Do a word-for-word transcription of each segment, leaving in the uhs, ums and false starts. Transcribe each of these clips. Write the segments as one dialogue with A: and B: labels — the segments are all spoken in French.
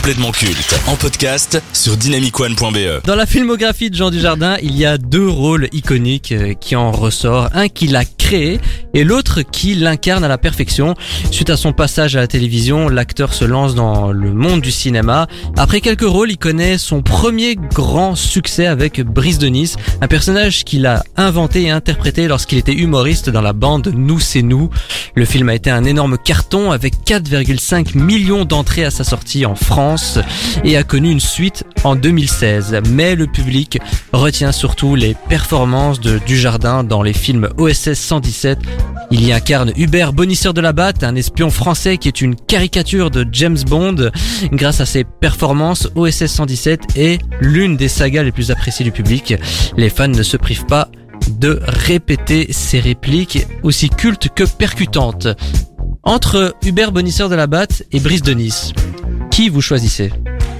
A: complètement culte en podcast sur dynamic one point b e.
B: Dans la filmographie de Jean Dujardin, il y a deux rôles iconiques qui en ressortent. Un qui l'a créé et l'autre qui l'incarne à la perfection. Suite à son passage à la télévision, l'acteur se lance dans le monde du cinéma. Après quelques rôles, il connaît son premier grand succès avec Brice de Nice, un personnage qu'il a inventé et interprété lorsqu'il était humoriste dans la bande Nous c'est nous. Le film a été un énorme carton avec quatre virgule cinq millions d'entrées à sa sortie en France et a connu une suite en deux mille seize. Mais le public retient surtout les performances de Dujardin dans les films O S S cent dix-sept. Il y incarne Hubert Bonisseur de la Batte, un espion français qui est une caricature de James Bond. Grâce à ses performances, O S S cent dix-sept est l'une des sagas les plus appréciées du public. Les fans ne se privent pas de répéter ses répliques aussi cultes que percutantes. Entre Hubert Bonisseur de la Batte et Brice de Nice, qui vous choisissez ?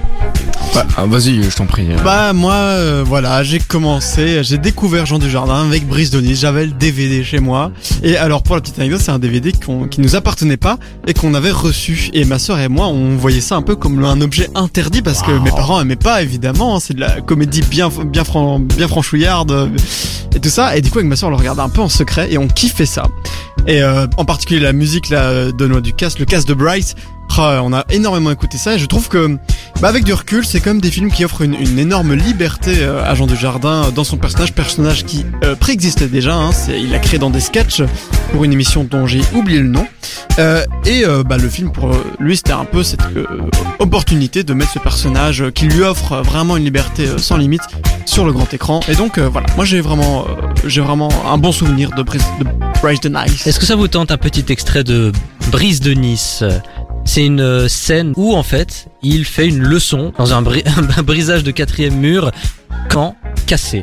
C: Bah, vas-y, je t'en prie.
D: Bah moi, euh, voilà, j'ai commencé, j'ai découvert Jean Dujardin avec Brice de Nice. J'avais le D V D chez moi. Et alors pour la petite anecdote, c'est un D V D qu'on, qui nous appartenait pas et qu'on avait reçu. Et ma sœur et moi, on voyait ça un peu comme un objet interdit parce que wow. Mes parents aimaient pas, évidemment. C'est de la comédie bien, bien, fran- bien franchouillarde et tout ça. Et du coup, avec ma sœur, on le regardait un peu en secret et on kiffait ça. Et euh, en particulier la musique là de Noix du Casse, le Casse de Bryce. Oh, on a énormément écouté ça et je trouve que bah avec du recul c'est quand même des films qui offrent une, une énorme liberté euh, à Jean Dujardin dans son personnage, personnage qui euh, préexistait déjà, hein, c'est, il l'a créé dans des sketchs pour une émission dont j'ai oublié le nom euh, et euh, bah le film pour lui c'était un peu cette euh, opportunité de mettre ce personnage qui lui offre vraiment une liberté euh, sans limite sur le grand écran et donc euh, voilà, moi j'ai vraiment euh, j'ai vraiment un bon souvenir de Brice de, Brice de Nice.
B: Est-ce que ça vous tente un petit extrait de Brice de Nice ? C'est une scène où en fait il fait une leçon dans un, bri- un brisage de quatrième mur quand cassé.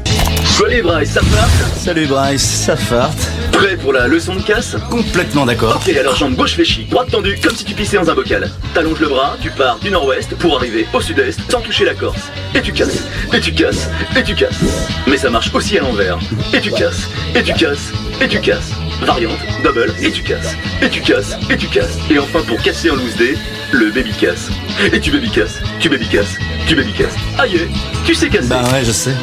E: Salut Bryce, ça farte ?
F: Salut Bryce, ça farte.
E: Prêt pour la leçon de casse ?
F: Complètement d'accord.
E: Ok, alors jambe gauche fléchie, droite tendue, comme si tu pissais dans un bocal. T'allonges le bras, tu pars du nord-ouest pour arriver au sud-est sans toucher la Corse. Et tu casses, et tu casses, et tu casses. Mais ça marche aussi à l'envers. Et tu casses, et tu casses, et tu casses. Variante, double, et tu casses, et tu casses, et tu casses. Et enfin pour casser en loose day, le baby casse. Et tu baby casses, tu baby casses, tu baby casses. Aïe, tu sais casser.
F: Bah ouais, je sais.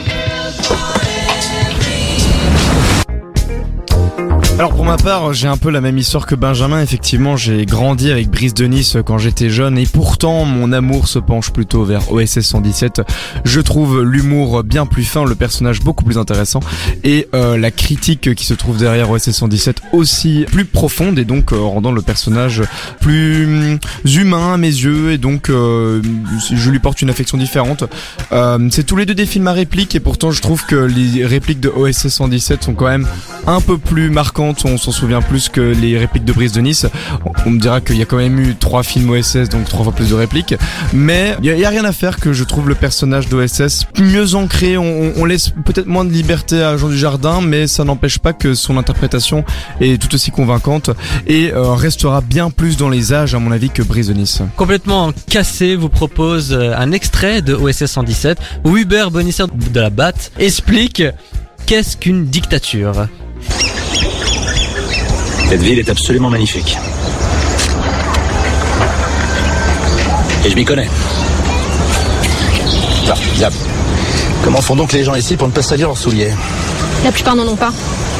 C: Alors pour ma part, j'ai un peu la même histoire que Benjamin. Effectivement, j'ai grandi avec Brice de Nice quand j'étais jeune et pourtant mon amour se penche plutôt vers O S S cent dix-sept. Je trouve l'humour bien plus fin, le personnage beaucoup plus intéressant et euh, la critique qui se trouve derrière O S S cent dix-sept aussi plus profonde et donc euh, rendant le personnage plus humain à mes yeux et donc euh, je lui porte une affection différente. Euh, c'est tous les deux des films à réplique et pourtant je trouve que les répliques de O S S cent dix-sept sont quand même un peu plus marquantes. On s'en souvient plus que les répliques de Brice de Nice. On me dira qu'il y a quand même eu trois films O S S, donc trois fois plus de répliques. Mais il y, y a rien à faire que je trouve le personnage d'O S S mieux ancré. On, on laisse peut-être moins de liberté à Jean Dujardin, mais ça n'empêche pas que son interprétation est tout aussi convaincante et euh, restera bien plus dans les âges, à mon avis, que Brice de Nice.
B: Complètement cassé vous propose un extrait de O S S cent dix-sept où Hubert Bonisseur de la Batte explique qu'est-ce qu'une dictature.
F: Cette ville est absolument magnifique. Et je m'y connais. Là, là. Comment font donc les gens ici pour ne pas salir leurs souliers ?
G: La plupart n'en ont pas.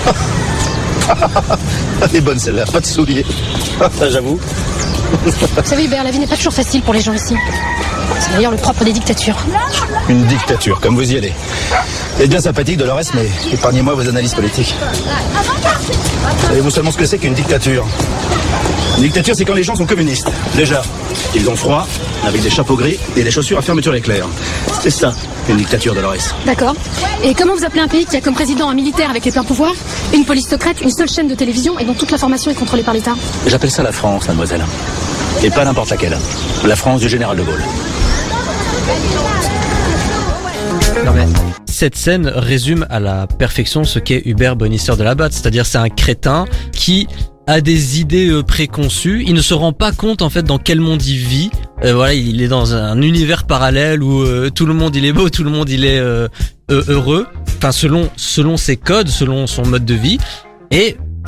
F: Elle est bonne celle-là, pas de souliers. Ça j'avoue.
G: Vous savez Hubert, la vie n'est pas toujours facile pour les gens ici. C'est d'ailleurs le propre des dictatures.
F: Une dictature, comme vous y allez. C'est bien sympathique Dolores, mais épargnez-moi vos analyses politiques. Savez-vous seulement ce que c'est qu'une dictature ? Une dictature, c'est quand les gens sont communistes. Déjà, ils ont froid, avec des chapeaux gris et des chaussures à fermeture éclair. C'est ça, une dictature, Dolores.
G: D'accord. Et comment vous appelez un pays qui a comme président un militaire avec les pleins pouvoirs, une police secrète, une seule chaîne de télévision et dont toute l'information est contrôlée par l'État ?
F: J'appelle ça la France, mademoiselle. Et pas n'importe laquelle. La France du général de Gaulle.
B: Non mais cette scène résume à la perfection ce qu'est Hubert Bonisseur de la Batte, c'est-à-dire c'est un crétin qui a des idées euh, préconçues, il ne se rend pas compte en fait dans quel monde il vit. Euh, voilà, il est dans un univers parallèle où euh, tout le monde il est beau, tout le monde il est euh, heureux, enfin selon selon ses codes, selon son mode de vie et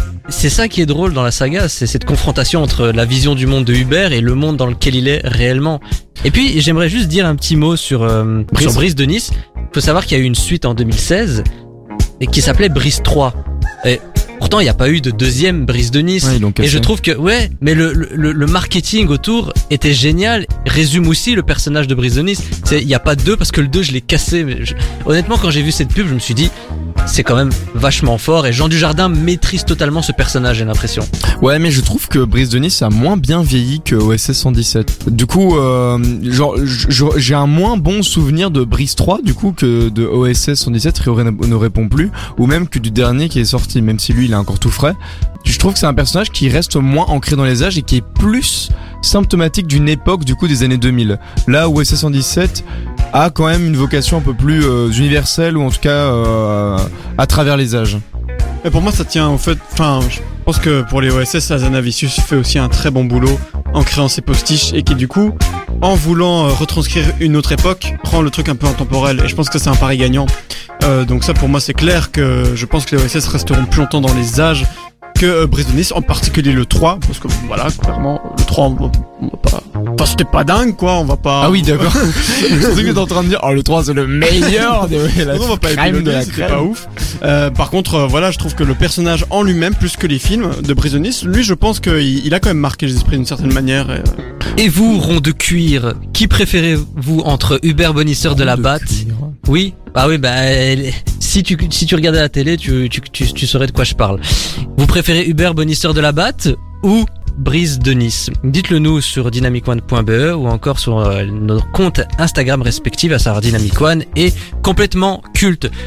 B: c'est ça qui est drôle dans la saga, c'est cette confrontation entre la vision du monde de Hubert et le monde dans lequel il est réellement. Et puis j'aimerais juste dire un petit mot sur euh,
C: Brice.
B: sur Brice de Nice. Faut savoir qu'il y a eu une suite en deux mille seize et qui s'appelait Brice trois. Et pourtant il n'y a pas eu de deuxième Brice de Nice.
C: Ouais, ils l'ont cassé.
B: Et je trouve que ouais, mais le, le le marketing autour était génial. Résume aussi le personnage de Brice de Nice. C'est il y a pas deux parce que le deux je l'ai cassé. Mais je, honnêtement quand j'ai vu cette pub je me suis dit c'est quand même vachement fort et Jean Dujardin maîtrise totalement ce personnage, j'ai l'impression.
C: Ouais, mais je trouve que Brice de Nice a moins bien vieilli que O S S cent dix-sept. Du coup, euh, genre, j'ai un moins bon souvenir de Brice trois, du coup, que de O S S cent dix-sept, Rio ne répond plus, ou même que du dernier qui est sorti, même si lui, il est encore tout frais. Je trouve que c'est un personnage qui reste moins ancré dans les âges et qui est plus symptomatique d'une époque, du coup, des années deux mille. Là, O S S cent dix-sept a quand même une vocation un peu plus euh, universelle, ou en tout cas euh, à travers les âges.
D: Et pour moi, ça tient au fait. Enfin, je pense que pour les O S S, Hazanavicius fait aussi un très bon boulot en créant ses postiches et qui, du coup, en voulant euh, retranscrire une autre époque, rend le truc un peu intemporel. Et je pense que c'est un pari gagnant. Euh, donc ça, pour moi, c'est clair que je pense que les O S S resteront plus longtemps dans les âges que euh, Brice de Nice, en particulier le trois, parce que voilà, clairement, le trois, on va, on va pas. Enfin, c'était pas dingue, quoi, on va pas.
C: Ah oui, d'accord. Je pensais que t'es en train de dire, oh, le trois, c'est le meilleur de la
D: non, on va pas
C: crème de la
D: c'était
C: crème.
D: pas ouf. Euh, par contre, euh, voilà, je trouve que le personnage en lui-même, plus que les films de Brice de Nice, lui, je pense qu'il il a quand même marqué les esprits d'une certaine manière. Et, euh...
B: Et vous, rond de cuir, qui préférez-vous entre Hubert Bonisseur de la Batte? Oui, bah oui, bah elle- si tu si tu regardais la télé, tu tu tu, tu saurais de quoi je parle. Vous préférez Hubert Bonisseur de la Batte ou Brice de Nice? Dites-le nous sur dynamic one point b e ou encore sur euh, nos comptes Instagram respectifs, à savoir Dynamic One et Complètement Culte.